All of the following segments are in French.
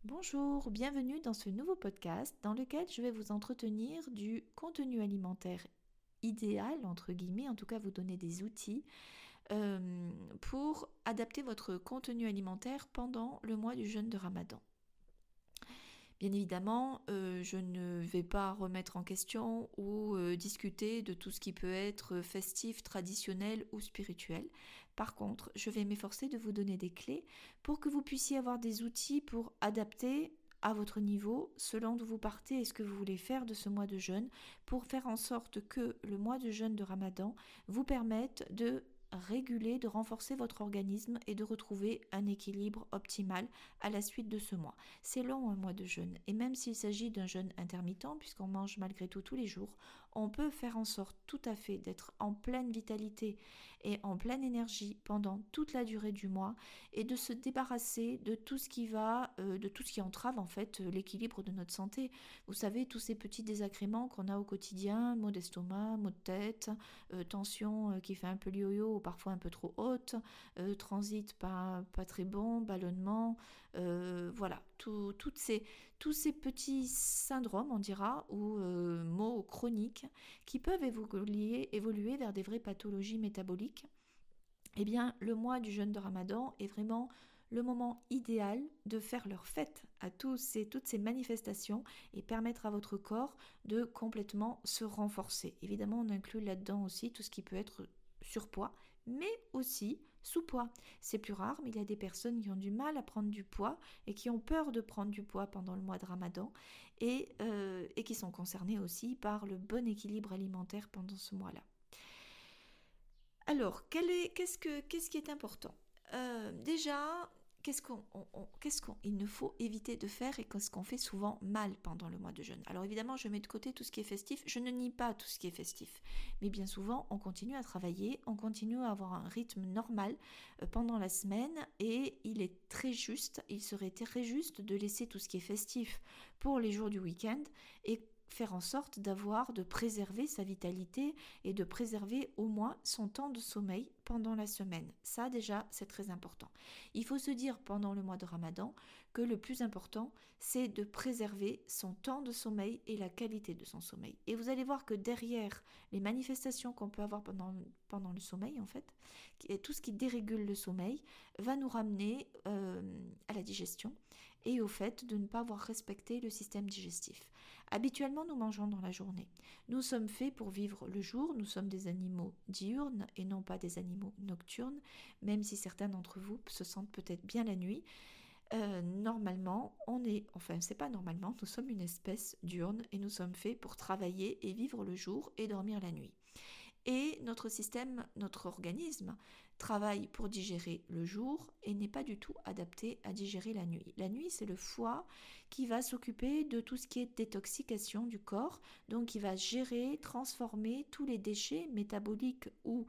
Bonjour, bienvenue dans ce nouveau podcast dans lequel je vais vous entretenir du contenu alimentaire idéal, entre guillemets, en tout cas vous donner des outils pour adapter votre contenu alimentaire pendant le mois du jeûne de Ramadan. Bien évidemment, je ne vais pas remettre en question ou discuter de tout ce qui peut être festif, traditionnel ou spirituel. Par contre, je vais m'efforcer de vous donner des clés pour que vous puissiez avoir des outils pour adapter à votre niveau, selon d'où vous partez et ce que vous voulez faire de ce mois de jeûne, pour faire en sorte que le mois de jeûne de Ramadan vous permette de réguler, de renforcer votre organisme et de retrouver un équilibre optimal à la suite de ce mois. C'est long un mois de jeûne et même s'il s'agit d'un jeûne intermittent, puisqu'on mange malgré tout tous les jours, on peut faire en sorte tout à fait d'être en pleine vitalité et en pleine énergie pendant toute la durée du mois et de se débarrasser de tout ce qui de tout ce qui entrave en fait l'équilibre de notre santé. Vous savez, tous ces petits désagréments qu'on a au quotidien, maux d'estomac, maux de tête, tension qui fait un peu le yo-yo ou parfois un peu trop haute, transit pas très bon, ballonnement, voilà, tous ces petits syndromes, on dira, ou maux chroniques qui peuvent évoluer vers des vraies pathologies métaboliques. Eh bien, le mois du jeûne de Ramadan est vraiment le moment idéal de faire leur fête à toutes ces manifestations et permettre à votre corps de complètement se renforcer. Évidemment, on inclut là-dedans aussi tout ce qui peut être surpoids, mais aussi sous-poids. C'est plus rare, mais il y a des personnes qui ont du mal à prendre du poids et qui ont peur de prendre du poids pendant le mois de Ramadan et qui sont concernées aussi par le bon équilibre alimentaire pendant ce mois-là. Alors, qu'est-ce qui est important? Déjà, il ne faut éviter de faire et qu'est-ce qu'on fait souvent mal pendant le mois de jeûne. Alors évidemment, je mets de côté tout ce qui est festif, je ne nie pas tout ce qui est festif, mais bien souvent, on continue à travailler, on continue à avoir un rythme normal pendant la semaine et il serait très juste de laisser tout ce qui est festif pour les jours du week-end et faire en sorte de préserver sa vitalité et de préserver au moins son temps de sommeil pendant la semaine. Ça déjà, c'est très important. Il faut se dire pendant le mois de Ramadan que le plus important, c'est de préserver son temps de sommeil et la qualité de son sommeil. Et vous allez voir que derrière les manifestations qu'on peut avoir pendant le sommeil, en fait, tout ce qui dérégule le sommeil va nous ramener à la digestion et au fait de ne pas avoir respecté le système digestif. Habituellement, nous mangeons dans la journée. Nous sommes faits pour vivre le jour, nous sommes des animaux diurnes et non pas des animaux nocturnes, même si certains d'entre vous se sentent peut-être bien la nuit. Normalement, c'est pas normalement, nous sommes une espèce diurne et nous sommes faits pour travailler et vivre le jour et dormir la nuit. Et notre organisme travaille pour digérer le jour et n'est pas du tout adapté à digérer la nuit. La nuit, c'est le foie qui va s'occuper de tout ce qui est détoxication du corps, donc il va gérer, transformer tous les déchets métaboliques ou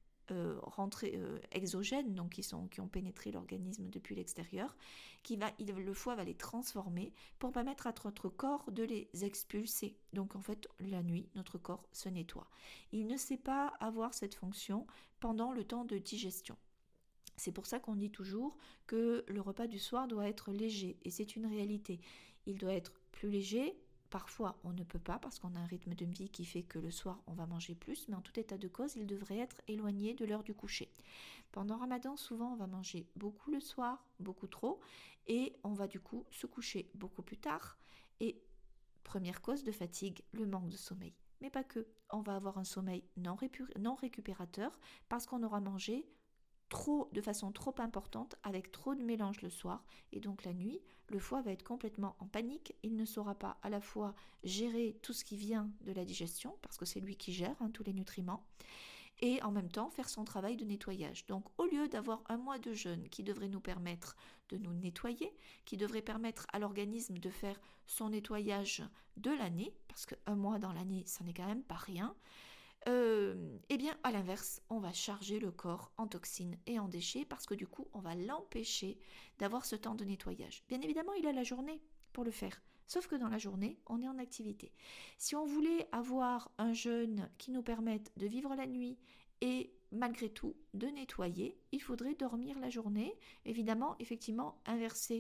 exogènes, donc qui ont pénétré l'organisme depuis l'extérieur, le foie va les transformer pour permettre à notre corps de les expulser. Donc en fait, la nuit, notre corps se nettoie. Il ne sait pas avoir cette fonction pendant le temps de digestion. C'est pour ça qu'on dit toujours que le repas du soir doit être léger, et c'est une réalité. Il doit être plus léger. Parfois, on ne peut pas parce qu'on a un rythme de vie qui fait que le soir, on va manger plus, mais en tout état de cause, il devrait être éloigné de l'heure du coucher. Pendant Ramadan, souvent, on va manger beaucoup le soir, beaucoup trop, et on va du coup se coucher beaucoup plus tard. Et première cause de fatigue, le manque de sommeil. Mais pas que. On va avoir un sommeil non récupérateur parce qu'on aura mangé de façon trop importante, avec trop de mélange le soir, et donc la nuit, le foie va être complètement en panique, il ne saura pas à la fois gérer tout ce qui vient de la digestion, parce que c'est lui qui gère tous les nutriments, et en même temps faire son travail de nettoyage. Donc au lieu d'avoir un mois de jeûne qui devrait nous permettre de nous nettoyer, qui devrait permettre à l'organisme de faire son nettoyage de l'année, parce qu'un mois dans l'année, ça n'est quand même pas rien, eh bien, à l'inverse, on va charger le corps en toxines et en déchets parce que du coup, on va l'empêcher d'avoir ce temps de nettoyage. Bien évidemment, il a la journée pour le faire, sauf que dans la journée, on est en activité. Si on voulait avoir un jeûne qui nous permette de vivre la nuit et malgré tout de nettoyer, il faudrait dormir la journée, évidemment, effectivement, inverser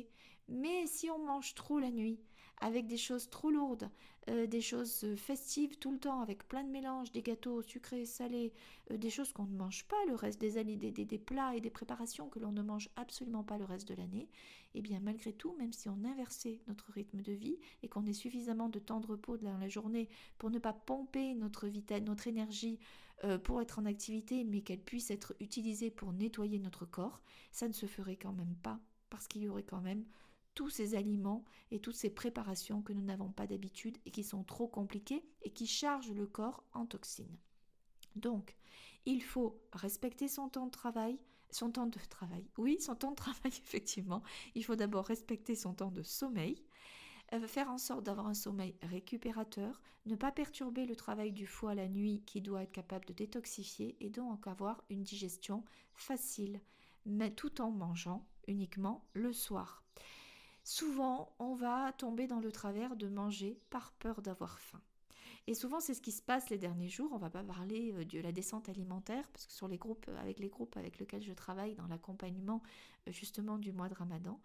Mais si on mange trop la nuit, avec des choses trop lourdes, des choses festives tout le temps, avec plein de mélanges, des gâteaux sucrés, salés, des choses qu'on ne mange pas le reste des années, des plats et des préparations que l'on ne mange absolument pas le reste de l'année, et bien malgré tout, même si on inversait notre rythme de vie et qu'on ait suffisamment de temps de repos dans la journée pour ne pas pomper notre énergie pour être en activité, mais qu'elle puisse être utilisée pour nettoyer notre corps, ça ne se ferait quand même pas, parce qu'il y aurait quand même tous ces aliments et toutes ces préparations que nous n'avons pas d'habitude et qui sont trop compliquées et qui chargent le corps en toxines. Donc, il faut respecter son temps de travail, son temps de travail effectivement. Il faut d'abord respecter son temps de sommeil, faire en sorte d'avoir un sommeil récupérateur, ne pas perturber le travail du foie la nuit qui doit être capable de détoxifier et donc avoir une digestion facile, mais tout en mangeant uniquement le soir. Souvent, on va tomber dans le travers de manger par peur d'avoir faim. Et souvent, c'est ce qui se passe les derniers jours. On ne va pas parler de la descente alimentaire, parce que sur les groupes avec lesquels je travaille dans l'accompagnement justement du mois de Ramadan,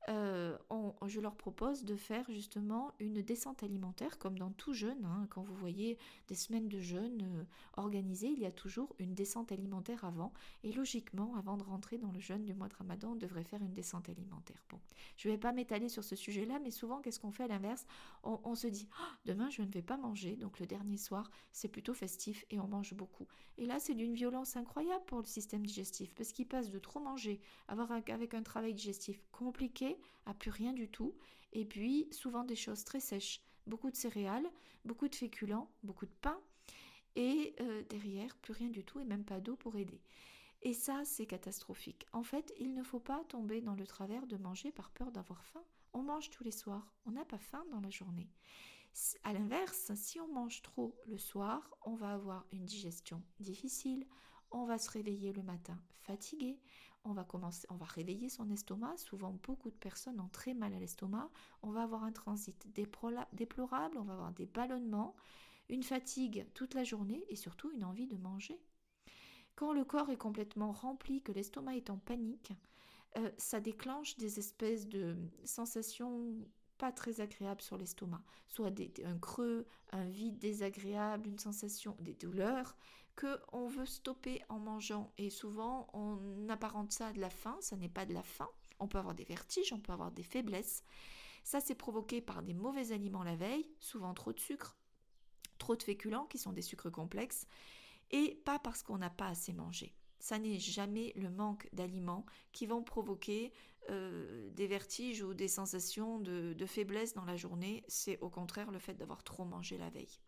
je leur propose de faire justement une descente alimentaire, comme dans tout jeûne. Quand vous voyez des semaines de jeûne organisées, il y a toujours une descente alimentaire avant. Et logiquement, avant de rentrer dans le jeûne du mois de Ramadan, on devrait faire une descente alimentaire. Bon, je ne vais pas m'étaler sur ce sujet-là, mais souvent, qu'est-ce qu'on fait à l'inverse? On se dit, oh, demain, je ne vais pas manger. Donc le dernier soir, c'est plutôt festif et on mange beaucoup. Et là, c'est d'une violence incroyable pour le système digestif, parce qu'il passe de trop manger, avec un travail digestif compliqué, à plus rien du tout, et puis souvent des choses très sèches, beaucoup de céréales, beaucoup de féculents, beaucoup de pain, et derrière, plus rien du tout et même pas d'eau pour aider. Et ça, c'est catastrophique. En fait, il ne faut pas tomber dans le travers de manger par peur d'avoir faim. On mange tous les soirs, on n'a pas faim dans la journée. À l'inverse, si on mange trop le soir, on va avoir une digestion difficile, on va se réveiller le matin fatigué, on va réveiller son estomac. Souvent, beaucoup de personnes ont très mal à l'estomac. On va avoir un transit déplorable, on va avoir des ballonnements, une fatigue toute la journée et surtout une envie de manger. Quand le corps est complètement rempli, que l'estomac est en panique, ça déclenche des espèces de sensations pas très agréables sur l'estomac, soit un creux, un vide désagréable, une sensation, des douleurs que on veut stopper en mangeant. Et souvent, on apparente ça à de la faim, ça n'est pas de la faim. On peut avoir des vertiges, on peut avoir des faiblesses. Ça, c'est provoqué par des mauvais aliments la veille, souvent trop de sucre, trop de féculents qui sont des sucres complexes, et pas parce qu'on n'a pas assez mangé. Ça n'est jamais le manque d'aliments qui vont provoquer des vertiges ou des sensations de faiblesse dans la journée. C'est au contraire le fait d'avoir trop mangé la veille.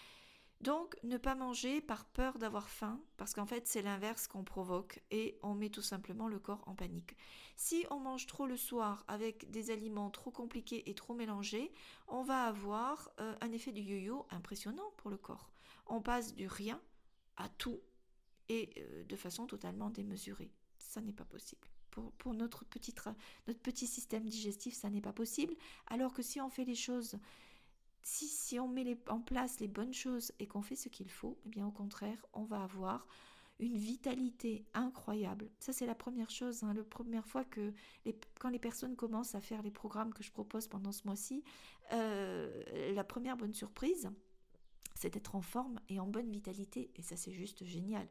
Donc, ne pas manger par peur d'avoir faim, parce qu'en fait, c'est l'inverse qu'on provoque et on met tout simplement le corps en panique. Si on mange trop le soir avec des aliments trop compliqués et trop mélangés, on va avoir un effet du yo-yo impressionnant pour le corps. On passe du rien à tout et de façon totalement démesurée. Ça n'est pas possible. Pour notre petit système digestif, ça n'est pas possible. Alors que si on fait les choses, si on met en place les bonnes choses et qu'on fait ce qu'il faut, eh bien au contraire, on va avoir une vitalité incroyable. Ça, c'est la première chose. La première fois quand les personnes commencent à faire les programmes que je propose pendant ce mois-ci, la première bonne surprise, c'est d'être en forme et en bonne vitalité. Et ça, c'est juste génial.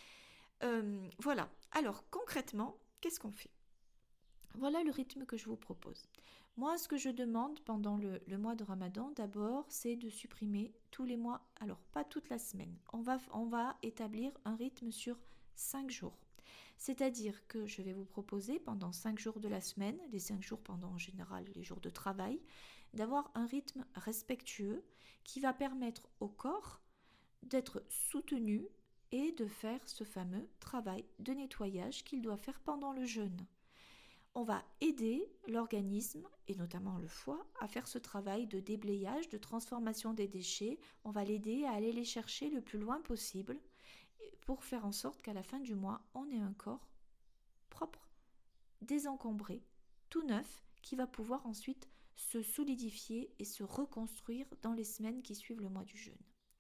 Voilà. Alors, concrètement, qu'est-ce qu'on fait? Voilà le rythme que je vous propose. Moi, ce que je demande pendant le mois de Ramadan, d'abord, c'est de supprimer tous les mois, alors pas toute la semaine. On va établir un rythme sur 5 jours. C'est-à-dire que je vais vous proposer pendant 5 jours de la semaine, les 5 jours pendant en général les jours de travail, d'avoir un rythme respectueux qui va permettre au corps d'être soutenu et de faire ce fameux travail de nettoyage qu'il doit faire pendant le jeûne. On va aider l'organisme, et notamment le foie, à faire ce travail de déblayage, de transformation des déchets. On va l'aider à aller les chercher le plus loin possible pour faire en sorte qu'à la fin du mois, on ait un corps propre, désencombré, tout neuf, qui va pouvoir ensuite se solidifier et se reconstruire dans les semaines qui suivent le mois du jeûne.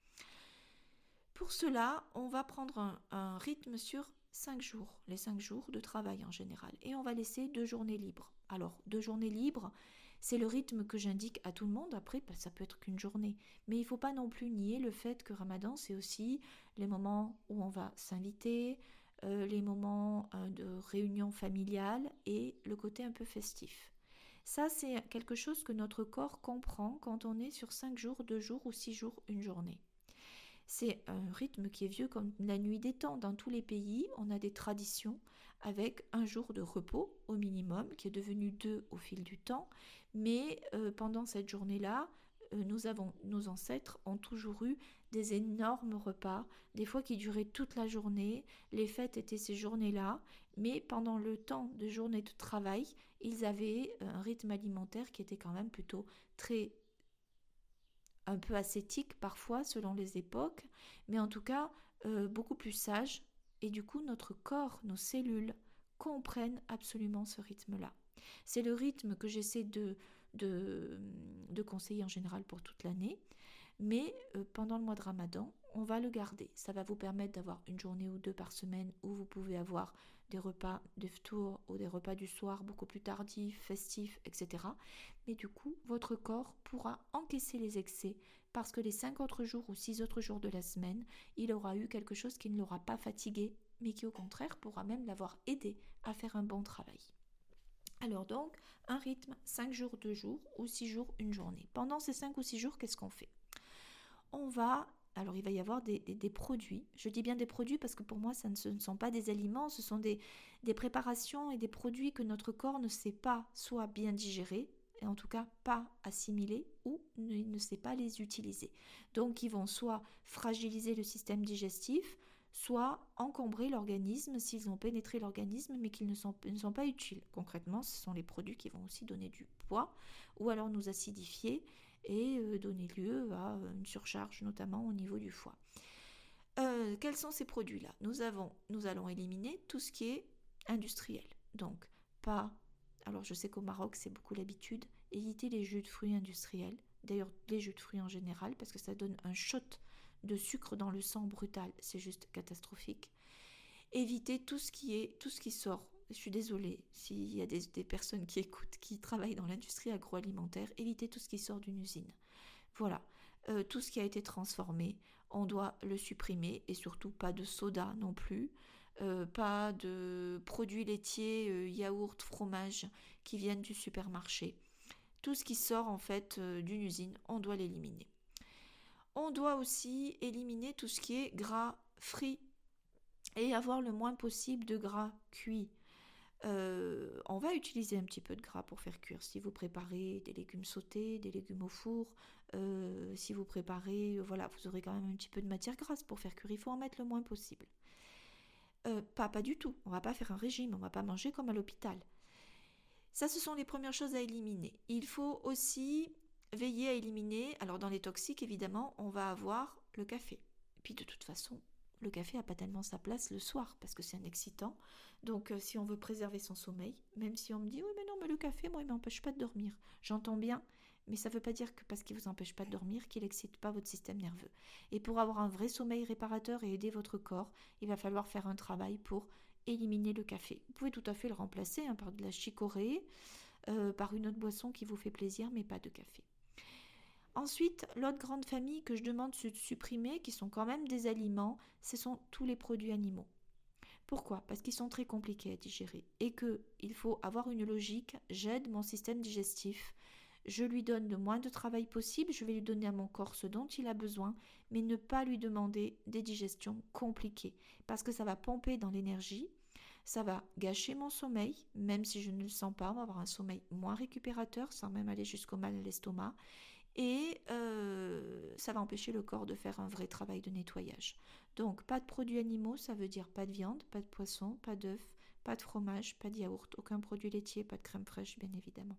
Pour cela, on va prendre un rythme sur 5 jours, les 5 jours de travail en général, et on va laisser 2 journées libres. Alors, 2 journées libres, c'est le rythme que j'indique à tout le monde. Après, ça peut être qu'une journée. Mais il ne faut pas non plus nier le fait que Ramadan, c'est aussi les moments où on va s'inviter, les moments de réunion familiale et le côté un peu festif. Ça, c'est quelque chose que notre corps comprend quand on est sur 5 jours, 2 jours ou 6 jours, une journée. C'est un rythme qui est vieux comme la nuit des temps. Dans tous les pays, on a des traditions avec un jour de repos au minimum, qui est devenu 2 au fil du temps. Mais pendant cette journée-là, nos ancêtres ont toujours eu des énormes repas, des fois qui duraient toute la journée. Les fêtes étaient ces journées-là, mais pendant le temps de journée de travail, ils avaient un rythme alimentaire qui était quand même plutôt très un peu ascétique parfois selon les époques, mais en tout cas beaucoup plus sage. Et du coup, notre corps, nos cellules comprennent absolument ce rythme-là. C'est le rythme que j'essaie de conseiller en général pour toute l'année, mais pendant le mois de Ramadan, on va le garder. Ça va vous permettre d'avoir une journée ou 2 par semaine où vous pouvez avoir des repas de ftour ou des repas du soir beaucoup plus tardifs, festifs, etc. Mais du coup, votre corps pourra encaisser les excès parce que les 5 autres jours ou 6 autres jours de la semaine, il aura eu quelque chose qui ne l'aura pas fatigué, mais qui au contraire pourra même l'avoir aidé à faire un bon travail. Alors donc, un rythme 5 jours, 2 jours ou 6 jours, une journée. Pendant ces 5 ou 6 jours, qu'est-ce qu'on fait? Alors il va y avoir des produits. Je dis bien des produits parce que pour moi, ce ne sont pas des aliments, ce sont des préparations et des produits que notre corps ne sait pas soit bien digérer, et en tout cas pas assimiler, ou ne sait pas les utiliser. Donc ils vont soit fragiliser le système digestif, soit encombrer l'organisme s'ils ont pénétré l'organisme mais qu'ils ne sont pas utiles. Concrètement, ce sont les produits qui vont aussi donner du poids ou alors nous acidifier et donner lieu à une surcharge, notamment au niveau du foie. Quels sont ces produits-là? Nous allons éliminer tout ce qui est industriel. Donc, alors je sais qu'au Maroc, c'est beaucoup l'habitude, éviter les jus de fruits industriels. D'ailleurs, les jus de fruits en général, parce que ça donne un shot de sucre dans le sang brutal. C'est juste catastrophique. Éviter tout ce qui sort. Je suis désolée s'il y a des personnes qui écoutent, qui travaillent dans l'industrie agroalimentaire, évitez tout ce qui sort d'une usine. Voilà, tout ce qui a été transformé, on doit le supprimer et surtout pas de soda non plus, pas de produits laitiers, yaourt, fromage qui viennent du supermarché. Tout ce qui sort en fait d'une usine, on doit l'éliminer. On doit aussi éliminer tout ce qui est gras frit et avoir le moins possible de gras cuit. On va utiliser un petit peu de gras pour faire cuire. Si vous préparez des légumes sautés, des légumes au four, si vous préparez, voilà, vous aurez quand même un petit peu de matière grasse pour faire cuire. Il faut en mettre le moins possible. Pas du tout. On va pas faire un régime, on va pas manger comme à l'hôpital. Ça, ce sont les premières choses à éliminer. Il faut aussi veiller à éliminer, alors dans les toxiques, évidemment, on va avoir le café. Et puis de toute façon, le café n'a pas tellement sa place le soir parce que c'est un excitant. Donc si on veut préserver son sommeil, même si on me dit oui mais non mais le café moi il m'empêche pas de dormir. J'entends bien, mais ça ne veut pas dire que parce qu'il vous empêche pas de dormir qu'il n'excite pas votre système nerveux. Et pour avoir un vrai sommeil réparateur et aider votre corps, il va falloir faire un travail pour éliminer le café. Vous pouvez tout à fait le remplacer par de la chicorée, par une autre boisson qui vous fait plaisir mais pas de café. Ensuite, l'autre grande famille que je demande de supprimer, qui sont quand même des aliments, ce sont tous les produits animaux. Pourquoi? Parce qu'ils sont très compliqués à digérer et qu'il faut avoir une logique. J'aide mon système digestif, je lui donne le moins de travail possible, je vais lui donner à mon corps ce dont il a besoin, mais ne pas lui demander des digestions compliquées parce que ça va pomper dans l'énergie, ça va gâcher mon sommeil, même si je ne le sens pas, on va avoir un sommeil moins récupérateur sans même aller jusqu'au mal à l'estomac. Et ça va empêcher le corps de faire un vrai travail de nettoyage. Donc pas de produits animaux, ça veut dire pas de viande, pas de poisson, pas d'œufs, pas de fromage, pas de yaourt, aucun produit laitier, pas de crème fraîche bien évidemment.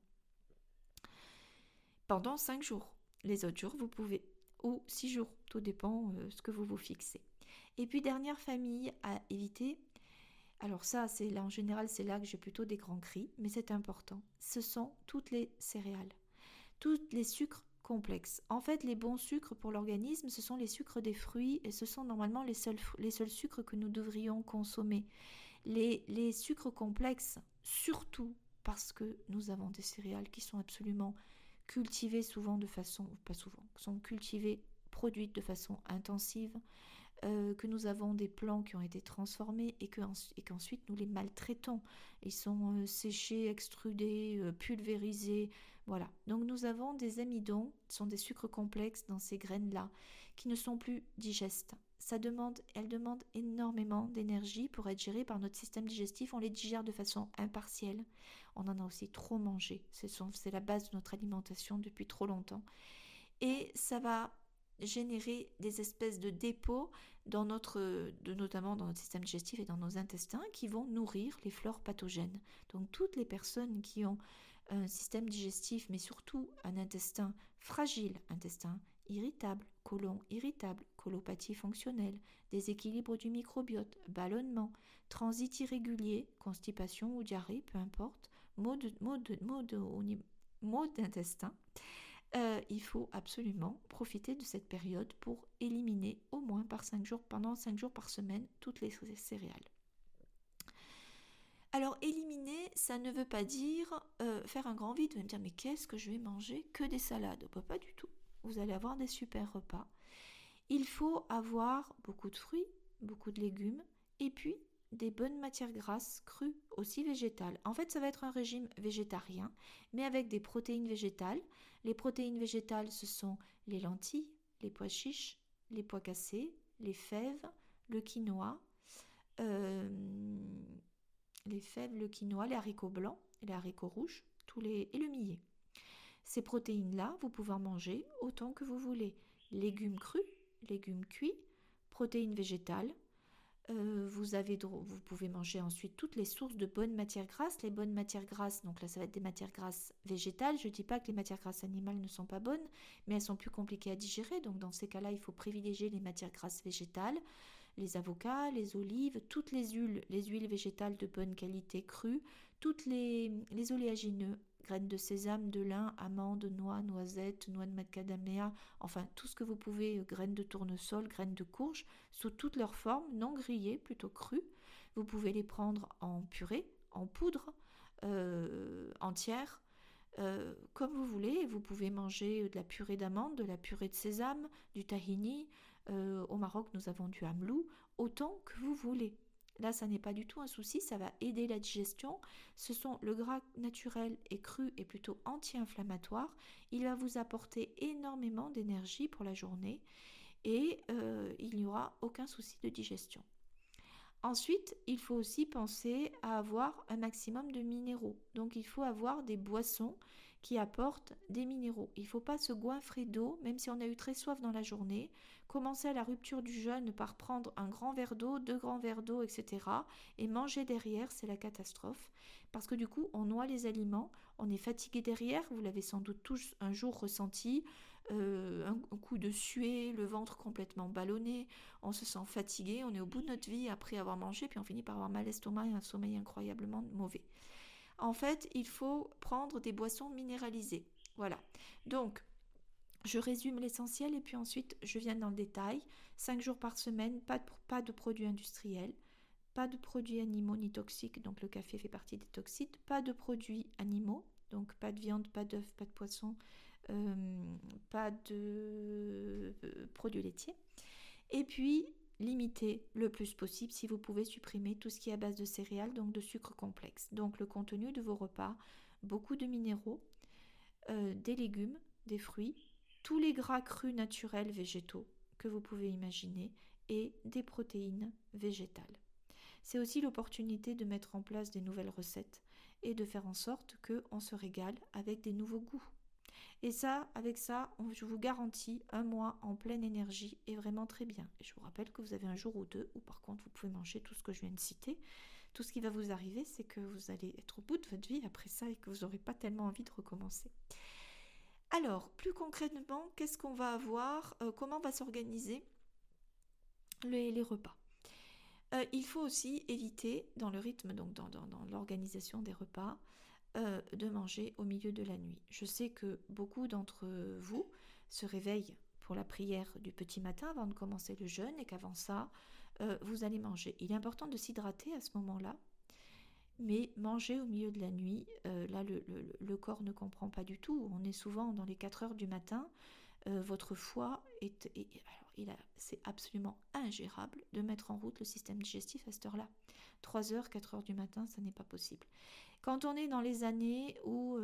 Pendant 5 jours. Les autres jours vous pouvez, ou 6 jours, tout dépend ce que vous vous fixez. Et puis dernière famille à éviter, alors ça c'est là en général c'est là que j'ai plutôt des grands cris, mais c'est important, ce sont toutes les céréales, tous les sucres complexes. En fait, les bons sucres pour l'organisme, ce sont les sucres des fruits et ce sont normalement les seuls sucres que nous devrions consommer. Les sucres complexes, surtout parce que nous avons des céréales qui sont absolument cultivées souvent de façon, pas souvent, sont cultivées, produites de façon intensive, que nous avons des plants qui ont été transformés et qu'ensuite nous les maltraitons. Ils sont séchés, extrudés, pulvérisés. Voilà. Donc nous avons des amidons, ce sont des sucres complexes dans ces graines-là, qui ne sont plus digestes. Elles demandent énormément d'énergie pour être gérées par notre système digestif. On les digère de façon impartielle. On en a aussi trop mangé. C'est la base de notre alimentation depuis trop longtemps. Et ça va générer des espèces de dépôts notamment dans notre système digestif et dans nos intestins qui vont nourrir les flores pathogènes. Donc toutes les personnes qui ont un système digestif mais surtout un intestin fragile, intestin irritable, colopathie fonctionnelle, déséquilibre du microbiote, ballonnement, transit irrégulier, constipation ou diarrhée, peu importe, maux d'intestin, il faut absolument profiter de cette période pour éliminer au moins pendant 5 jours par semaine toutes les céréales. Alors éliminer, ça ne veut pas dire faire un grand vide. Vous allez me dire mais qu'est-ce que je vais manger? Que des salades? Pas du tout. Vous allez avoir des super repas. Il faut avoir beaucoup de fruits, beaucoup de légumes et puis des bonnes matières grasses crues, aussi végétales. En fait, ça va être un régime végétarien, mais avec des protéines végétales. Les protéines végétales, ce sont les lentilles, les pois chiches, les pois cassés, les fèves, le quinoa, les haricots blancs, les haricots rouges, et le millet. Ces protéines-là, vous pouvez en manger autant que vous voulez. Légumes crus, légumes cuits, protéines végétales. Vous pouvez manger ensuite toutes les sources de bonnes matières grasses. Les bonnes matières grasses, donc là ça va être des matières grasses végétales. Je ne dis pas que les matières grasses animales ne sont pas bonnes, mais elles sont plus compliquées à digérer. Donc dans ces cas-là, il faut privilégier les matières grasses végétales, les avocats, les olives, toutes les huiles végétales de bonne qualité crues, toutes les oléagineux, graines de sésame, de lin, amandes, noix, noisettes, noix de macadamia, enfin tout ce que vous pouvez, graines de tournesol, graines de courge, sous toutes leurs formes, non grillées, plutôt crues. Vous pouvez les prendre en purée, en poudre, entière, comme vous voulez. Vous pouvez manger de la purée d'amande, de la purée de sésame, du tahini. Au Maroc, nous avons du hamelou, autant que vous voulez. Là, ça n'est pas du tout un souci, ça va aider la digestion. Le gras naturel et cru est plutôt anti-inflammatoire. Il va vous apporter énormément d'énergie pour la journée et il n'y aura aucun souci de digestion. Ensuite, il faut aussi penser à avoir un maximum de minéraux. Donc, il faut avoir des boissons qui apportent des minéraux. Il ne faut pas se goinfrer d'eau, même si on a eu très soif dans la journée. Commencer à la rupture du jeûne par prendre un grand verre d'eau, 2 grands verres d'eau, etc. Et manger derrière, c'est la catastrophe. Parce que du coup, on noie les aliments, on est fatigué derrière. Vous l'avez sans doute tous un jour ressenti. Un coup de suée, le ventre complètement ballonné, on se sent fatigué, on est au bout de notre vie après avoir mangé, puis on finit par avoir mal à l'estomac et un sommeil incroyablement mauvais. En fait, il faut prendre des boissons minéralisées. Voilà. Donc, je résume l'essentiel et puis ensuite je viens dans le détail. 5 jours par semaine, pas de produits industriels, pas de produits animaux ni toxiques, donc le café fait partie des toxiques, pas de produits animaux, donc pas de viande, pas d'œufs, pas de poisson, pas de produits laitiers. Et puis, limiter le plus possible, si vous pouvez, supprimer tout ce qui est à base de céréales, donc de sucre complexe. Donc le contenu de vos repas, beaucoup de minéraux, des légumes, des fruits, tous les gras crus naturels végétaux que vous pouvez imaginer et des protéines végétales. C'est aussi l'opportunité de mettre en place des nouvelles recettes et de faire en sorte qu'on se régale avec des nouveaux goûts. Et ça, avec ça, je vous garantis un mois en pleine énergie et vraiment très bien. Et je vous rappelle que vous avez un jour ou deux où par contre vous pouvez manger tout ce que je viens de citer. Tout ce qui va vous arriver, c'est que vous allez être au bout de votre vie après ça et que vous n'aurez pas tellement envie de recommencer. Alors, plus concrètement, qu'est-ce qu'on va avoir? Comment va s'organiser les repas? Il faut aussi éviter, dans le rythme, donc dans l'organisation des repas, de manger au milieu de la nuit. Je sais que beaucoup d'entre vous se réveillent pour la prière du petit matin avant de commencer le jeûne et qu'avant ça, vous allez manger. Il est important de s'hydrater à ce moment-là Mais manger au milieu de la nuit, là le corps ne comprend pas du tout. On est souvent dans les 4 heures du matin. Votre foie alors c'est absolument ingérable de mettre en route le système digestif à cette heure-là. 3 heures, 4 heures du matin, ça n'est pas possible. Quand on est dans les années où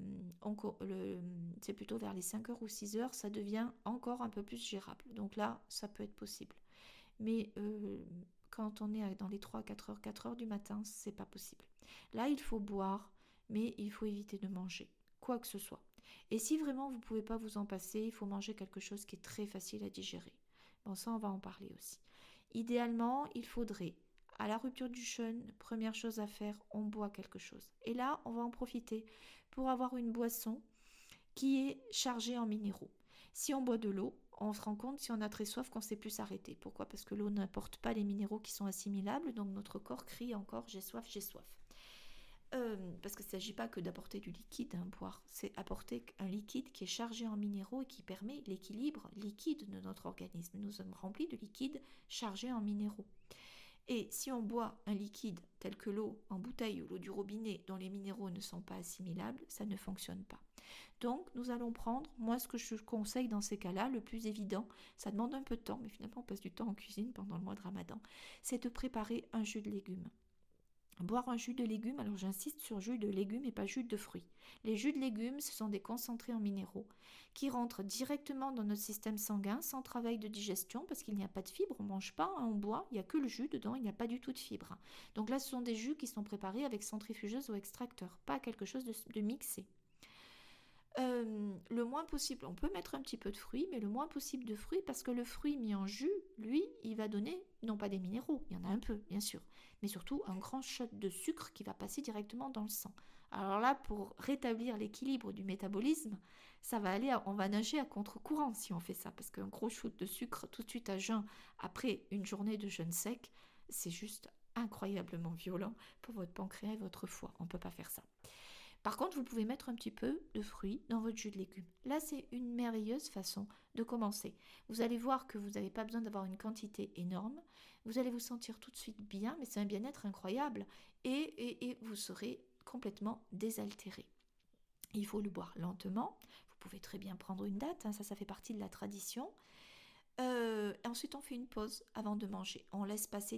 c'est plutôt vers les 5 heures ou 6 heures, ça devient encore un peu plus gérable. Donc là, ça peut être possible. Mais quand on est dans les 3, 4 heures du matin, c'est pas possible. Là, il faut boire, mais il faut éviter de manger, quoi que ce soit. Et si vraiment vous ne pouvez pas vous en passer, il faut manger quelque chose qui est très facile à digérer. Bon, ça, on va en parler aussi. Idéalement, il faudrait, à la rupture du jeûne, première chose à faire, on boit quelque chose. Et là, on va en profiter pour avoir une boisson qui est chargée en minéraux. Si on boit de l'eau, on se rend compte, si on a très soif, qu'on ne sait plus s'arrêter. Pourquoi? Parce que l'eau n'apporte pas les minéraux qui sont assimilables, donc notre corps crie encore j'ai soif, j'ai soif. Parce qu'il ne s'agit pas que d'apporter du liquide, boire, c'est apporter un liquide qui est chargé en minéraux et qui permet l'équilibre liquide de notre organisme. Nous sommes remplis de liquide chargé en minéraux. Et si on boit un liquide tel que l'eau en bouteille ou l'eau du robinet dont les minéraux ne sont pas assimilables, ça ne fonctionne pas. Donc nous allons prendre, moi ce que je conseille dans ces cas-là, le plus évident, ça demande un peu de temps, mais finalement on passe du temps en cuisine pendant le mois de Ramadan, c'est de préparer un jus de légumes. Boire un jus de légumes, alors j'insiste sur jus de légumes et pas jus de fruits. Les jus de légumes, ce sont des concentrés en minéraux qui rentrent directement dans notre système sanguin sans travail de digestion parce qu'il n'y a pas de fibres, on ne mange pas, on boit, il n'y a que le jus dedans, il n'y a pas du tout de fibres. Donc là, ce sont des jus qui sont préparés avec centrifugeuse ou extracteur, pas quelque chose de mixé. Le moins possible, on peut mettre un petit peu de fruits, mais le moins possible de fruits parce que le fruit mis en jus, lui, il va donner non pas des minéraux, il y en a un peu bien sûr, mais surtout un grand shot de sucre qui va passer directement dans le sang. Alors là, pour rétablir l'équilibre du métabolisme, on va nager à contre-courant si on fait ça, parce qu'un gros shoot de sucre tout de suite à jeun après une journée de jeûne sec, c'est juste incroyablement violent pour votre pancréas et votre foie. On ne peut pas faire ça. Par contre, vous pouvez mettre un petit peu de fruits dans votre jus de légumes. Là, c'est une merveilleuse façon de commencer. Vous allez voir que vous n'avez pas besoin d'avoir une quantité énorme. Vous allez vous sentir tout de suite bien, mais c'est un bien-être incroyable. Et vous serez complètement désaltéré. Il faut le boire lentement. Vous pouvez très bien prendre une date, ça fait partie de la tradition. Ensuite, on fait une pause avant de manger. On laisse passer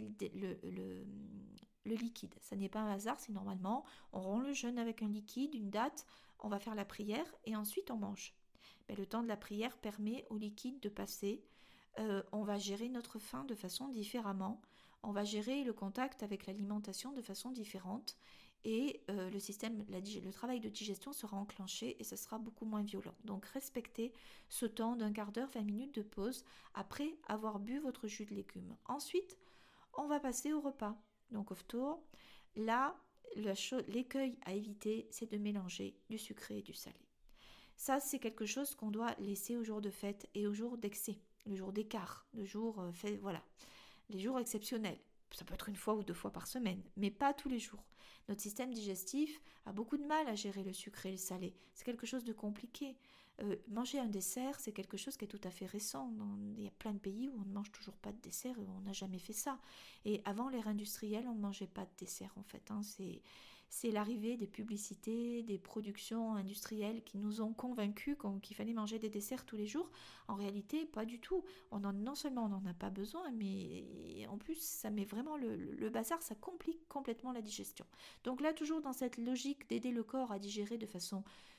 le liquide. Ça n'est pas un hasard, c'est normalement, on rompt le jeûne avec un liquide, une date, on va faire la prière et ensuite on mange. Le temps de la prière permet au liquide de passer. On va gérer notre faim de façon différemment. On va gérer le contact avec l'alimentation de façon différente. Et le travail de digestion sera enclenché et ce sera beaucoup moins violent. Donc respectez ce temps d'un quart d'heure, 20 minutes de pause après avoir bu votre jus de légumes. Ensuite, on va passer au repas. Donc au tour, là, l'écueil à éviter, c'est de mélanger du sucré et du salé. Ça, c'est quelque chose qu'on doit laisser aux jours de fête et aux jours d'excès, le jour d'écart, le jour voilà, les jours exceptionnels. Ça peut être une fois ou 2 fois par semaine, mais pas tous les jours. Notre système digestif a beaucoup de mal à gérer le sucré et le salé. C'est quelque chose de compliqué. Manger un dessert, c'est quelque chose qui est tout à fait récent. Il y a plein de pays où on ne mange toujours pas de dessert et on n'a jamais fait ça. Et avant l'ère industrielle, on ne mangeait pas de dessert en fait. C'est l'arrivée des publicités, des productions industrielles qui nous ont convaincus qu'il fallait manger des desserts tous les jours. En réalité, pas du tout. Non seulement on n'en a pas besoin, mais en plus, ça met vraiment le bazar, ça complique complètement la digestion. Donc là, toujours dans cette logique d'aider le corps à digérer de façon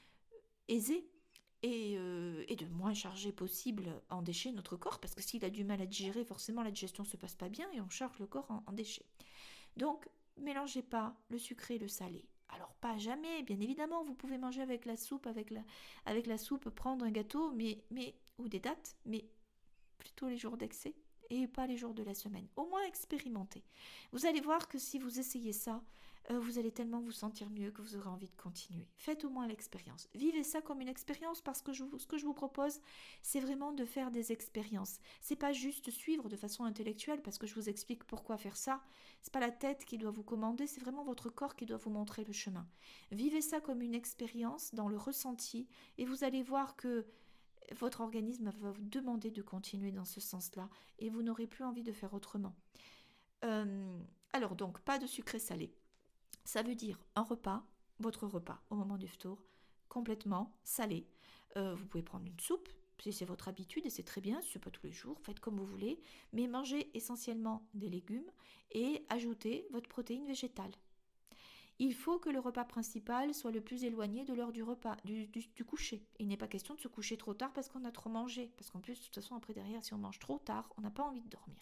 aisée, et de moins charger possible en déchets notre corps, parce que s'il a du mal à digérer, forcément la digestion ne se passe pas bien et on charge le corps en déchets. Donc, mélangez pas le sucré et le salé. Alors pas jamais, bien évidemment, vous pouvez manger avec la soupe, avec la soupe, prendre un gâteau, ou des dattes, mais plutôt les jours d'excès et pas les jours de la semaine. Au moins expérimentez. Vous allez voir que si vous essayez ça, vous allez tellement vous sentir mieux que vous aurez envie de continuer. Faites au moins l'expérience. Vivez ça comme une expérience parce que ce que je vous propose, c'est vraiment de faire des expériences. C'est pas juste suivre de façon intellectuelle parce que je vous explique pourquoi faire ça. C'est pas la tête qui doit vous commander, c'est vraiment votre corps qui doit vous montrer le chemin. Vivez ça comme une expérience dans le ressenti et vous allez voir que votre organisme va vous demander de continuer dans ce sens-là et vous n'aurez plus envie de faire autrement. Alors donc, pas de sucré salé. Ça veut dire un repas, votre repas au moment du ftour, complètement salé. Vous pouvez prendre une soupe, si c'est votre habitude, et c'est très bien, si ce n'est pas tous les jours, faites comme vous voulez, mais mangez essentiellement des légumes et ajoutez votre protéine végétale. Il faut que le repas principal soit le plus éloigné de l'heure du repas, du coucher. Il n'est pas question de se coucher trop tard parce qu'on a trop mangé. Parce qu'en plus, de toute façon, après derrière, si on mange trop tard, on n'a pas envie de dormir.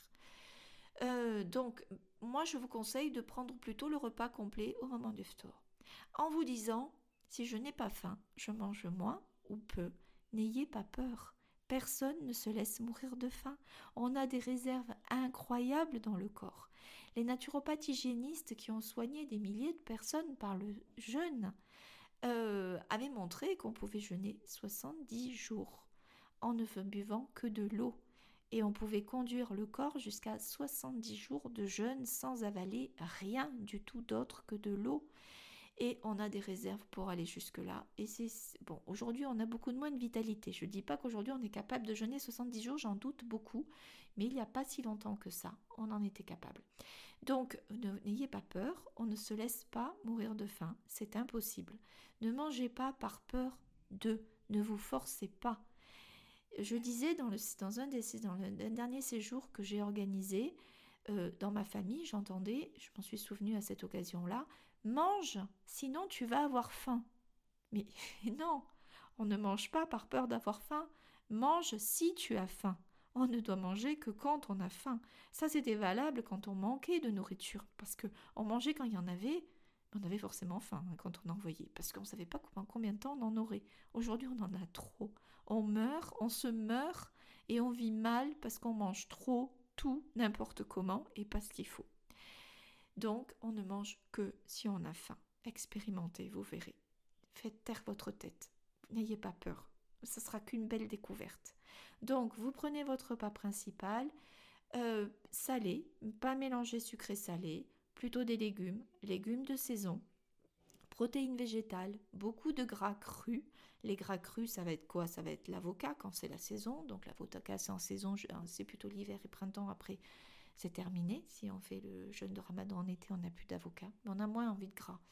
Donc, moi, je vous conseille de prendre plutôt le repas complet au moment du ftour. En vous disant, si je n'ai pas faim, je mange moins ou peu. N'ayez pas peur. Personne ne se laisse mourir de faim. On a des réserves incroyables dans le corps. Les naturopathes hygiénistes qui ont soigné des milliers de personnes par le jeûne avaient montré qu'on pouvait jeûner 70 jours en ne buvant que de l'eau. Et on pouvait conduire le corps jusqu'à 70 jours de jeûne sans avaler rien du tout d'autre que de l'eau. Et on a des réserves pour aller jusque-là. Et c'est bon, aujourd'hui, on a beaucoup de moins de vitalité. Je ne dis pas qu'aujourd'hui, on est capable de jeûner 70 jours, j'en doute beaucoup. Mais il n'y a pas si longtemps que ça, on en était capable. Donc, n'ayez pas peur, on ne se laisse pas mourir de faim, c'est impossible. Ne mangez pas par peur ne vous forcez pas. Je disais dans le dernier séjour que j'ai organisé, dans ma famille, j'entendais, je m'en suis souvenue à cette occasion-là, mange, sinon tu vas avoir faim. Mais non, on ne mange pas par peur d'avoir faim. Mange si tu as faim. On ne doit manger que quand on a faim. Ça, c'était valable quand on manquait de nourriture, parce qu'on mangeait quand il y en avait, on avait forcément faim quand on en voyait, parce qu'on ne savait pas combien de temps on en aurait. Aujourd'hui, on en a trop. On meurt, on se meurt, et on vit mal parce qu'on mange trop, tout, n'importe comment, et pas ce qu'il faut. Donc, on ne mange que si on a faim. Expérimentez, vous verrez. Faites taire votre tête. N'ayez pas peur. Ce sera qu'une belle découverte. Donc, vous prenez votre repas principal, salé, pas mélangé sucré-salé, plutôt des légumes de saison, protéines végétales, beaucoup de gras crus. Les gras crus, ça va être quoi? Ça va être l'avocat quand c'est la saison. Donc, l'avocat, c'est en saison, c'est plutôt l'hiver et printemps. Après, c'est terminé. Si on fait le jeûne de Ramadan en été, on n'a plus d'avocat. Mais on a moins envie de gras.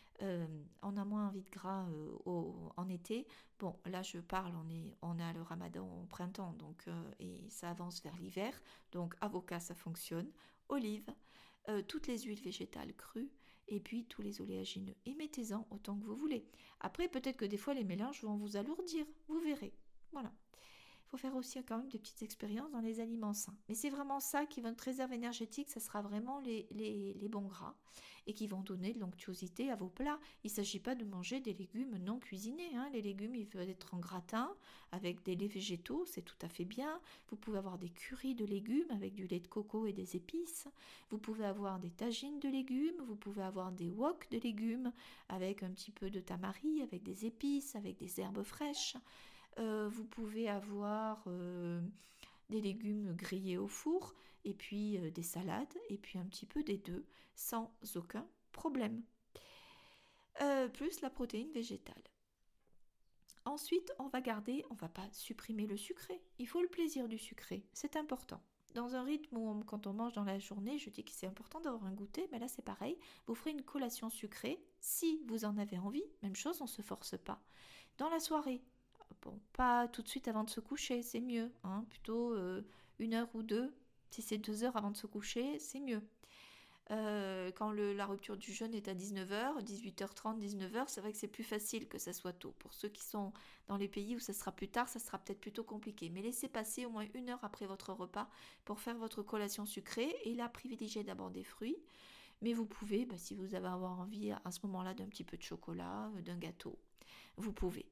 En été. Bon, là je parle, on a le Ramadan au printemps, donc et ça avance vers l'hiver. Donc avocat, ça fonctionne. Olives, toutes les huiles végétales crues, et puis tous les oléagineux. Et mettez-en autant que vous voulez. Après, peut-être que des fois les mélanges vont vous alourdir. Vous verrez. Voilà. Il faut faire aussi quand même des petites expériences dans les aliments sains. Mais c'est vraiment ça qui, votre réserve énergétique, ça sera vraiment les bons gras et qui vont donner de l'onctuosité à vos plats. Il ne s'agit pas de manger des légumes non cuisinés. Les légumes, ils peuvent être en gratin avec des laits végétaux, c'est tout à fait bien. Vous pouvez avoir des currys de légumes avec du lait de coco et des épices. Vous pouvez avoir des tagines de légumes. Vous pouvez avoir des wok de légumes avec un petit peu de tamari, avec des épices, avec des herbes fraîches. Vous pouvez avoir des légumes grillés au four, et puis des salades, et puis un petit peu des deux, sans aucun problème. Plus la protéine végétale. Ensuite, on ne va pas supprimer le sucré. Il faut le plaisir du sucré, c'est important. Dans un rythme où, quand on mange dans la journée, je dis que c'est important d'avoir un goûter, mais là c'est pareil. Vous ferez une collation sucrée si vous en avez envie. Même chose, on ne se force pas. Dans la soirée, bon, pas tout de suite avant de se coucher, c'est mieux. Plutôt 1 heure ou 2. Si c'est 2 heures avant de se coucher, c'est mieux. Quand la rupture du jeûne est à 19h, 18h30, 19h, c'est vrai que c'est plus facile que ça soit tôt. Pour ceux qui sont dans les pays où ça sera plus tard, ça sera peut-être plutôt compliqué. Mais laissez passer au moins 1 heure après votre repas pour faire votre collation sucrée. Et là, privilégiez d'abord des fruits. Mais vous pouvez, si vous avez envie à ce moment-là d'un petit peu de chocolat, d'un gâteau, vous pouvez.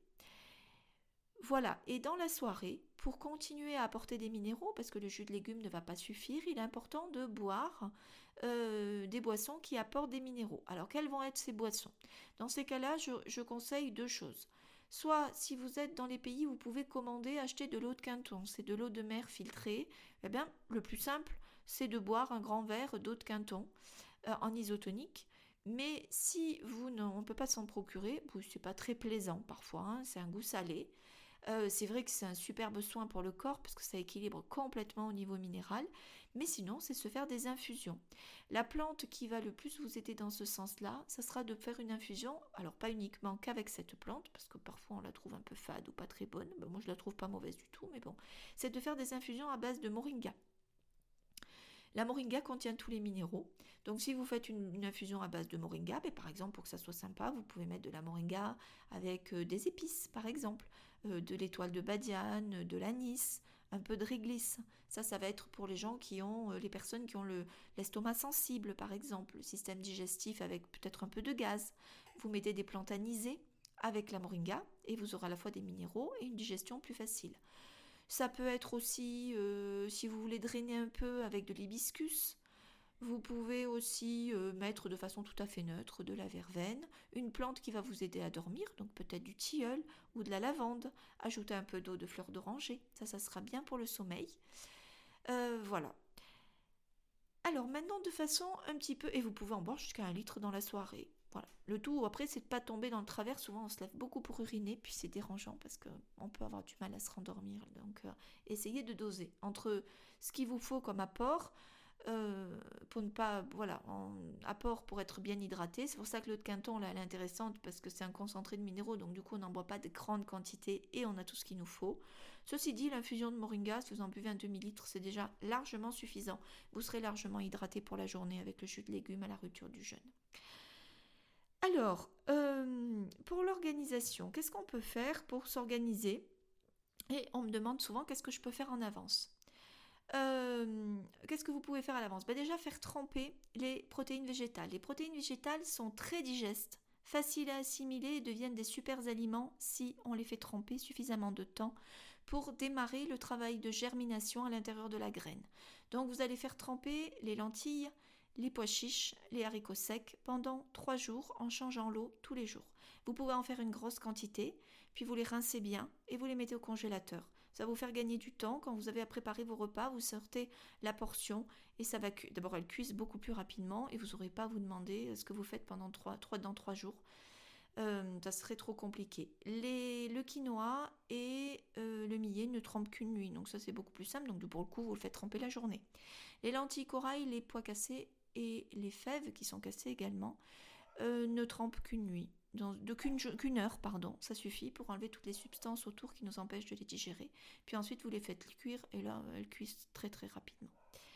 Voilà, et dans la soirée, pour continuer à apporter des minéraux, parce que le jus de légumes ne va pas suffire, il est important de boire des boissons qui apportent des minéraux. Alors, quelles vont être ces boissons? Dans ces cas-là, je conseille 2 choses. Soit, si vous êtes dans les pays où vous pouvez commander, acheter de l'eau de Quinton, c'est de l'eau de mer filtrée, eh bien, le plus simple, c'est de boire un grand verre d'eau de Quinton en isotonique. Mais si on ne peut pas s'en procurer, c'est pas très plaisant parfois, c'est un goût salé. C'est vrai que c'est un superbe soin pour le corps parce que ça équilibre complètement au niveau minéral, mais sinon c'est se faire des infusions. La plante qui va le plus vous aider dans ce sens-là, ça sera de faire une infusion, alors pas uniquement qu'avec cette plante, parce que parfois on la trouve un peu fade ou pas très bonne, ben moi je la trouve pas mauvaise du tout, mais bon, c'est de faire des infusions à base de moringa. La moringa contient tous les minéraux. Donc si vous faites une infusion à base de moringa, par exemple pour que ça soit sympa, vous pouvez mettre de la moringa avec des épices par exemple, de l'étoile de badiane, de l'anis, un peu de réglisse. Ça va être pour les gens qui ont, les personnes qui ont l'estomac sensible par exemple, le système digestif avec peut-être un peu de gaz. Vous mettez des plantes anisées avec la moringa et vous aurez à la fois des minéraux et une digestion plus facile. Ça peut être aussi, si vous voulez drainer un peu avec de l'hibiscus, vous pouvez aussi mettre de façon tout à fait neutre de la verveine, une plante qui va vous aider à dormir, donc peut-être du tilleul ou de la lavande. Ajouter un peu d'eau de fleur d'oranger, ça sera bien pour le sommeil. Voilà. Alors maintenant de façon un petit peu, et vous pouvez en boire jusqu'à 1 litre dans la soirée. Voilà. Le tout après c'est de ne pas tomber dans le travers, souvent on se lève beaucoup pour uriner, puis c'est dérangeant parce qu'on peut avoir du mal à se rendormir. Donc essayez de doser entre ce qu'il vous faut comme apport, pour ne pas, voilà, apport pour être bien hydraté. C'est pour ça que l'eau de Quinton, là, elle est intéressante parce que c'est un concentré de minéraux, donc du coup, on n'en boit pas de grandes quantités et on a tout ce qu'il nous faut. Ceci dit, l'infusion de moringa, si vous en buvez un demi-litre, c'est déjà largement suffisant. Vous serez largement hydraté pour la journée avec le jus de légumes à la rupture du jeûne. Alors, pour l'organisation, qu'est-ce qu'on peut faire pour s'organiser? Et on me demande souvent qu'est-ce que je peux faire en avance. Qu'est-ce que vous pouvez faire à l'avance? Déjà faire tremper les protéines végétales. Les protéines végétales sont très digestes, faciles à assimiler et deviennent des super aliments si on les fait tremper suffisamment de temps pour démarrer le travail de germination à l'intérieur de la graine. Donc vous allez faire tremper les lentilles, les pois chiches, les haricots secs pendant 3 jours en changeant l'eau tous les jours. Vous pouvez en faire une grosse quantité, puis vous les rincez bien et vous les mettez au congélateur. Ça va vous faire gagner du temps. Quand vous avez à préparer vos repas, vous sortez la portion et ça va d'abord elle cuise beaucoup plus rapidement et vous n'aurez pas à vous demander ce que vous faites pendant 3 jours. Ça serait trop compliqué. Le quinoa et le millet ne trempent qu'une nuit, donc ça c'est beaucoup plus simple. Donc pour le coup, vous le faites tremper la journée. Les lentilles corail, les pois cassés et les fèves qui sont cassées également ne trempent qu'une nuit. Qu'une heure, pardon, ça suffit pour enlever toutes les substances autour qui nous empêchent de les digérer. Puis ensuite, vous les faites cuire et là, elles cuisent très très rapidement.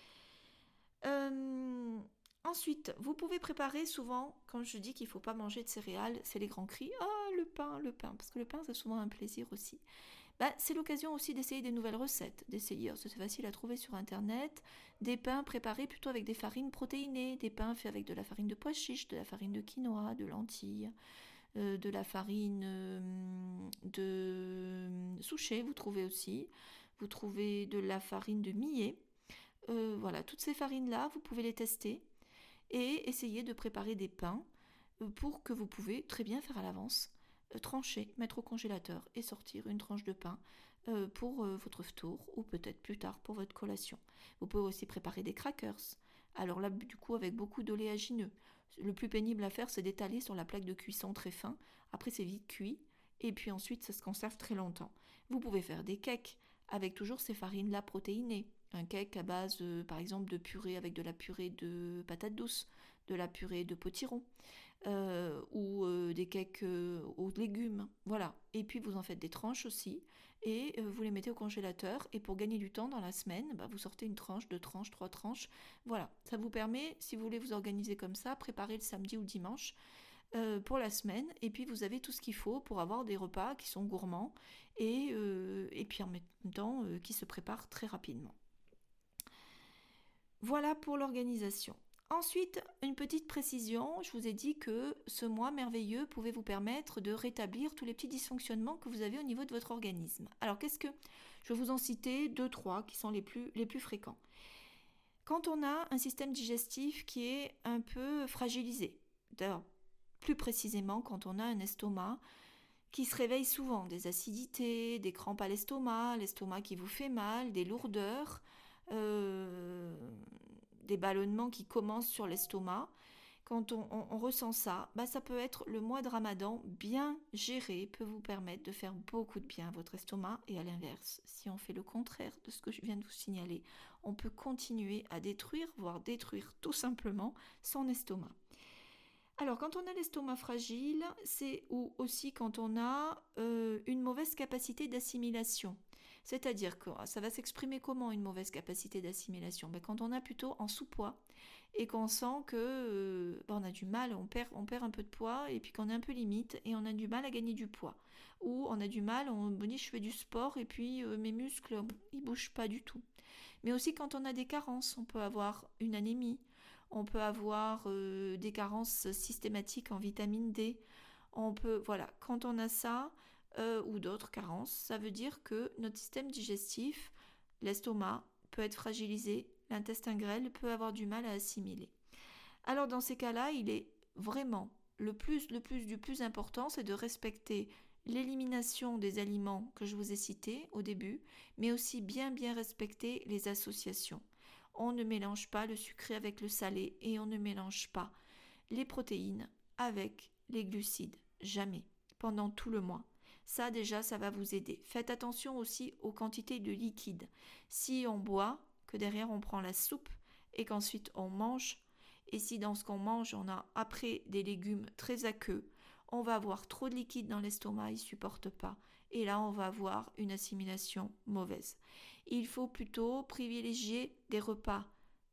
Ensuite, vous pouvez préparer souvent, quand je dis qu'il ne faut pas manger de céréales, c'est les grands cris. Ah, le pain, parce que le pain, c'est souvent un plaisir aussi. C'est l'occasion aussi d'essayer des nouvelles recettes, c'est facile à trouver sur internet, des pains préparés plutôt avec des farines protéinées, des pains faits avec de la farine de pois chiches, de la farine de quinoa, de lentilles, de la farine de souchet, vous trouvez aussi, vous trouvez de la farine de millet, voilà, toutes ces farines-là, vous pouvez les tester et essayer de préparer des pains pour que vous pouvez très bien faire à l'avance. Trancher, mettre au congélateur et sortir une tranche de pain pour votre tour ou peut-être plus tard pour votre collation. Vous pouvez aussi préparer des crackers. Alors là, du coup, avec beaucoup d'oléagineux. Le plus pénible à faire, c'est d'étaler sur la plaque de cuisson très fin. Après, c'est vite cuit. Et puis ensuite, ça se conserve très longtemps. Vous pouvez faire des cakes avec toujours ces farines-là protéinées. Un cake à base, par exemple, de purée avec de la purée de patates douces, de la purée de potiron. Ou des cakes aux légumes, voilà. Et puis vous en faites des tranches aussi et vous les mettez au congélateur et pour gagner du temps dans la semaine, vous sortez une tranche, 2 tranches, 3 tranches, voilà. Ça vous permet, si vous voulez vous organiser comme ça, préparer le samedi ou le dimanche pour la semaine et puis vous avez tout ce qu'il faut pour avoir des repas qui sont gourmands et puis en même temps qui se préparent très rapidement. Voilà pour l'organisation. Ensuite, une petite précision, je vous ai dit que ce mois merveilleux pouvait vous permettre de rétablir tous les petits dysfonctionnements que vous avez au niveau de votre organisme. Alors je vais vous en citer 2-3 qui sont les plus fréquents. Quand on a un système digestif qui est un peu fragilisé, d'ailleurs plus précisément quand on a un estomac qui se réveille souvent, des acidités, des crampes à l'estomac qui vous fait mal, des lourdeurs, des ballonnements qui commencent sur l'estomac. quand on ressent ça, ça peut être le mois de Ramadan bien géré, peut vous permettre de faire beaucoup de bien à votre estomac. Et à l'inverse, si on fait le contraire de ce que je viens de vous signaler, on peut continuer à détruire, voire détruire tout simplement son estomac. Alors, quand on a l'estomac fragile, c'est aussi quand on a une mauvaise capacité d'assimilation. C'est-à-dire que ça va s'exprimer comment une mauvaise capacité d'assimilation? Quand on a plutôt en sous-poids et qu'on sent que on a du mal, on perd un peu de poids et puis qu'on est un peu limite et on a du mal à gagner du poids. Ou on a du mal, on me dit je fais du sport et puis mes muscles, ils bougent pas du tout. Mais aussi quand on a des carences, on peut avoir une anémie, on peut avoir des carences systématiques en vitamine D. Voilà, quand on a ça ou d'autres carences, ça veut dire que notre système digestif, l'estomac, peut être fragilisé, l'intestin grêle peut avoir du mal à assimiler. Alors dans ces cas-là, il est vraiment le plus important, c'est de respecter l'élimination des aliments que je vous ai cités au début, mais aussi bien respecter les associations. On ne mélange pas le sucré avec le salé et on ne mélange pas les protéines avec les glucides. Jamais. Pendant tout le mois. Ça déjà, ça va vous aider. Faites attention aussi aux quantités de liquide. Si on boit, que derrière on prend la soupe et qu'ensuite on mange, et si dans ce qu'on mange on a après des légumes très aqueux, on va avoir trop de liquide dans l'estomac, il ne supporte pas. Et là, on va avoir une assimilation mauvaise. Il faut plutôt privilégier des repas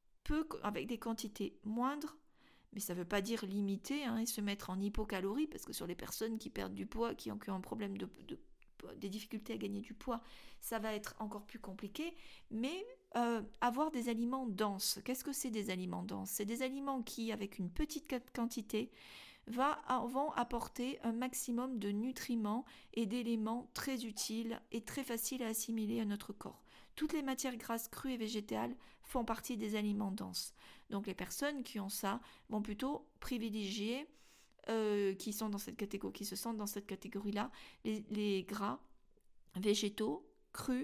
avec des quantités moindres, mais ça ne veut pas dire limiter et se mettre en hypocalorie, parce que sur les personnes qui perdent du poids, qui ont un problème des difficultés à gagner du poids, ça va être encore plus compliqué, mais avoir des aliments denses. Qu'est-ce que c'est des aliments denses? C'est des aliments qui, avec une petite quantité, vont apporter un maximum de nutriments et d'éléments très utiles et très faciles à assimiler à notre corps. Toutes les matières grasses crues et végétales font partie des aliments denses. Donc les personnes qui ont ça vont plutôt privilégier, qui se sentent dans cette catégorie-là, les gras végétaux crus,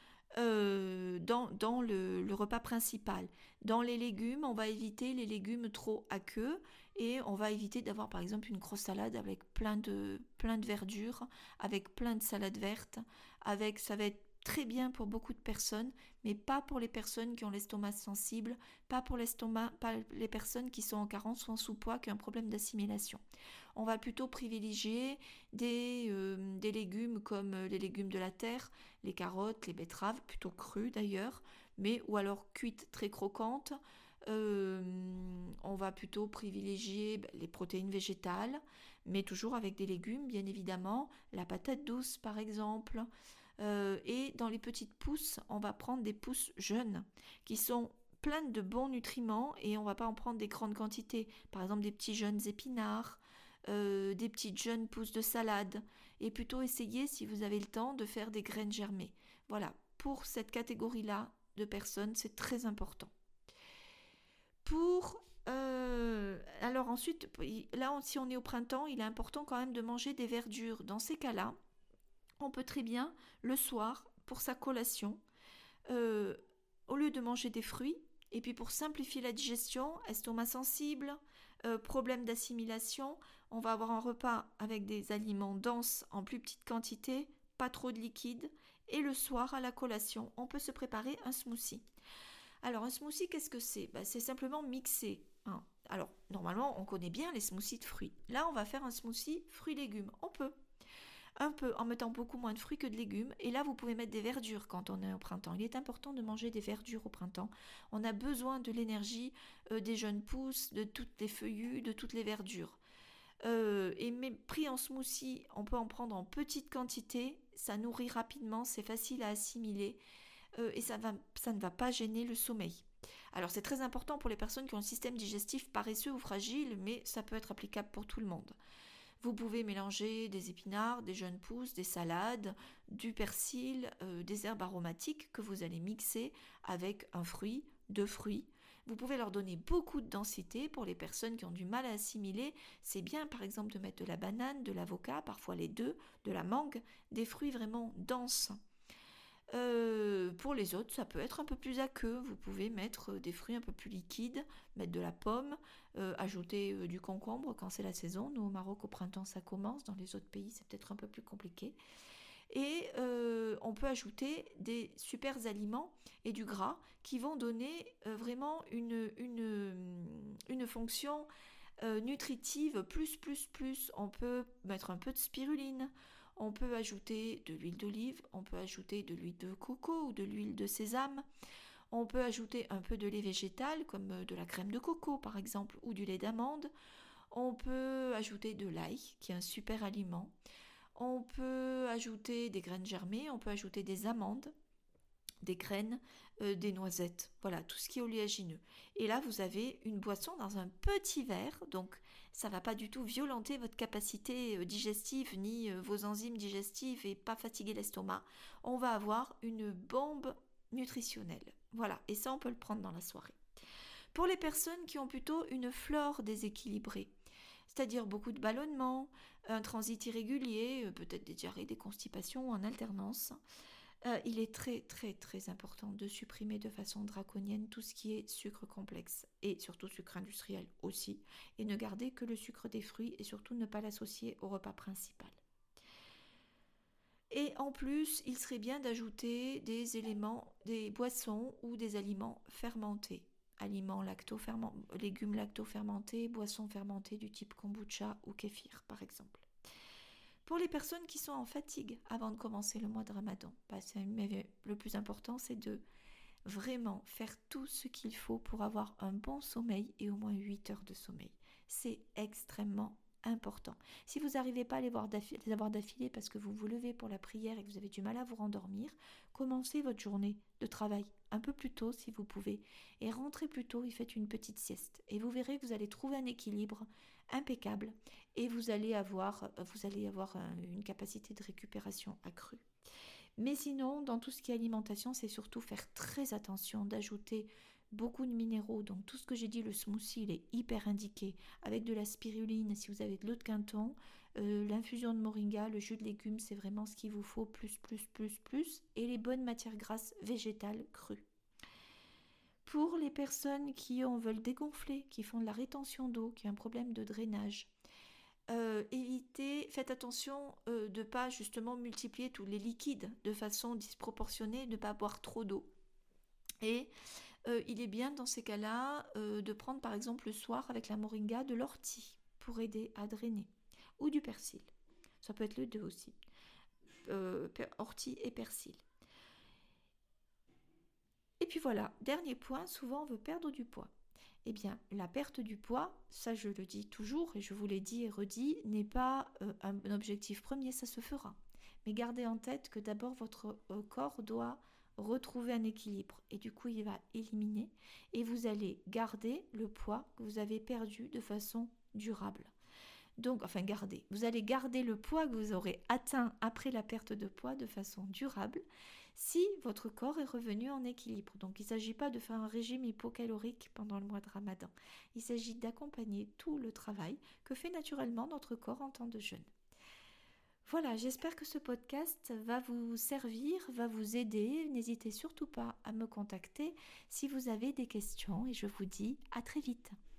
dans le repas principal. Dans les légumes, on va éviter les légumes trop aqueux et on va éviter d'avoir par exemple une grosse salade avec plein de verdure, avec plein de salades vertes, ça va être très bien pour beaucoup de personnes, mais pas pour les personnes qui ont l'estomac sensible, pas les personnes qui sont en carence ou en sous-poids, qui ont un problème d'assimilation. On va plutôt privilégier des légumes comme les légumes de la terre, les carottes, les betteraves, plutôt crues d'ailleurs, ou alors cuites très croquantes. On va plutôt privilégier les protéines végétales, mais toujours avec des légumes, bien évidemment, la patate douce par exemple. Et dans les petites pousses, on va prendre des pousses jeunes qui sont pleines de bons nutriments et on ne va pas en prendre des grandes quantités. Par exemple, des petits jeunes épinards, des petites jeunes pousses de salade, et plutôt essayer, si vous avez le temps, de faire des graines germées. Voilà, pour cette catégorie-là de personnes, c'est très important. Alors ensuite, là, si on est au printemps, il est important quand même de manger des verdures. Dans ces cas-là, on peut très bien, le soir, pour sa collation, au lieu de manger des fruits, et puis pour simplifier la digestion, estomac sensible, problème d'assimilation, on va avoir un repas avec des aliments denses en plus petite quantité, pas trop de liquide, et le soir, à la collation, on peut se préparer un smoothie. Alors un smoothie, qu'est-ce que c'est? C'est simplement mixer. Alors normalement, on connaît bien les smoothies de fruits. Là, on va faire un smoothie fruits-légumes. On peut. Un peu en mettant beaucoup moins de fruits que de légumes. Et là, vous pouvez mettre des verdures quand on est au printemps. Il est important de manger des verdures au printemps. On a besoin de l'énergie des jeunes pousses, de toutes les feuillus, de toutes les verdures. Mais pris en smoothie, on peut en prendre en petite quantité. Ça nourrit rapidement, c'est facile à assimiler et ça ne va pas gêner le sommeil. Alors c'est très important pour les personnes qui ont un système digestif paresseux ou fragile, mais ça peut être applicable pour tout le monde. Vous pouvez mélanger des épinards, des jeunes pousses, des salades, du persil, des herbes aromatiques que vous allez mixer avec un fruit, 2 fruits. Vous pouvez leur donner beaucoup de densité pour les personnes qui ont du mal à assimiler. C'est bien par exemple de mettre de la banane, de l'avocat, parfois les deux, de la mangue, des fruits vraiment denses. Pour les autres, ça peut être un peu plus aqueux. Vous pouvez mettre des fruits un peu plus liquides, mettre de la pomme, ajouter du concombre quand c'est la saison. Nous, au Maroc, au printemps, ça commence. Dans les autres pays, c'est peut-être un peu plus compliqué. Et on peut ajouter des super aliments et du gras qui vont donner vraiment une fonction nutritive plus. On peut mettre un peu de spiruline, on peut ajouter de l'huile d'olive, on peut ajouter de l'huile de coco ou de l'huile de sésame, on peut ajouter un peu de lait végétal comme de la crème de coco par exemple ou du lait d'amande, on peut ajouter de l'ail qui est un super aliment, on peut ajouter des graines germées, on peut ajouter des amandes, des graines, des noisettes, voilà, tout ce qui est oléagineux. Et là, vous avez une boisson dans un petit verre, donc ça ne va pas du tout violenter votre capacité digestive ni vos enzymes digestives et pas fatiguer l'estomac. On va avoir une bombe nutritionnelle. Voilà, et ça, on peut le prendre dans la soirée. Pour les personnes qui ont plutôt une flore déséquilibrée, c'est-à-dire beaucoup de ballonnements, un transit irrégulier, peut-être des diarrhées, des constipations en alternance, il est très important de supprimer de façon draconienne tout ce qui est sucre complexe et surtout sucre industriel aussi, et ne garder que le sucre des fruits et surtout ne pas l'associer au repas principal. Et en plus, il serait bien d'ajouter des éléments, des boissons ou des aliments fermentés. Légumes lacto-fermentés, boissons fermentées du type kombucha ou kéfir par exemple. Pour les personnes qui sont en fatigue avant de commencer le mois de Ramadan, le plus important c'est de vraiment faire tout ce qu'il faut pour avoir un bon sommeil et au moins 8 heures de sommeil. C'est extrêmement important. Si vous n'arrivez pas à les avoir d'affilée parce que vous vous levez pour la prière et que vous avez du mal à vous rendormir, commencez votre journée de travail un peu plus tôt si vous pouvez et rentrez plus tôt et faites une petite sieste. Et vous verrez que vous allez trouver un équilibre impeccable et vous allez avoir une capacité de récupération accrue. Mais sinon, dans tout ce qui est alimentation, c'est surtout faire très attention d'ajouter beaucoup de minéraux. Donc tout ce que j'ai dit, le smoothie, il est hyper indiqué. Avec de la spiruline, si vous avez de l'eau de Quinton, l'infusion de moringa, le jus de légumes, c'est vraiment ce qu'il vous faut, plus. Et les bonnes matières grasses végétales crues. Pour les personnes qui veulent dégonfler, qui font de la rétention d'eau, qui ont un problème de drainage, faites attention de ne pas justement multiplier tous les liquides de façon disproportionnée, de ne pas boire trop d'eau. Et il est bien dans ces cas-là de prendre par exemple le soir avec la moringa de l'ortie pour aider à drainer, ou du persil. Ça peut être le deux aussi, ortie et persil. Et puis voilà, dernier point, souvent on veut perdre du poids. Eh bien, la perte du poids, ça je le dis toujours et je vous l'ai dit et redit, n'est pas un objectif premier, ça se fera. Mais gardez en tête que d'abord votre corps doit retrouver un équilibre et du coup il va éliminer et vous allez garder le poids que vous avez perdu de façon durable. Donc, vous allez garder le poids que vous aurez atteint après la perte de poids de façon durable si votre corps est revenu en équilibre. Donc, il ne s'agit pas de faire un régime hypocalorique pendant le mois de Ramadan. Il s'agit d'accompagner tout le travail que fait naturellement notre corps en temps de jeûne. Voilà, j'espère que ce podcast va vous servir, va vous aider. N'hésitez surtout pas à me contacter si vous avez des questions et je vous dis à très vite.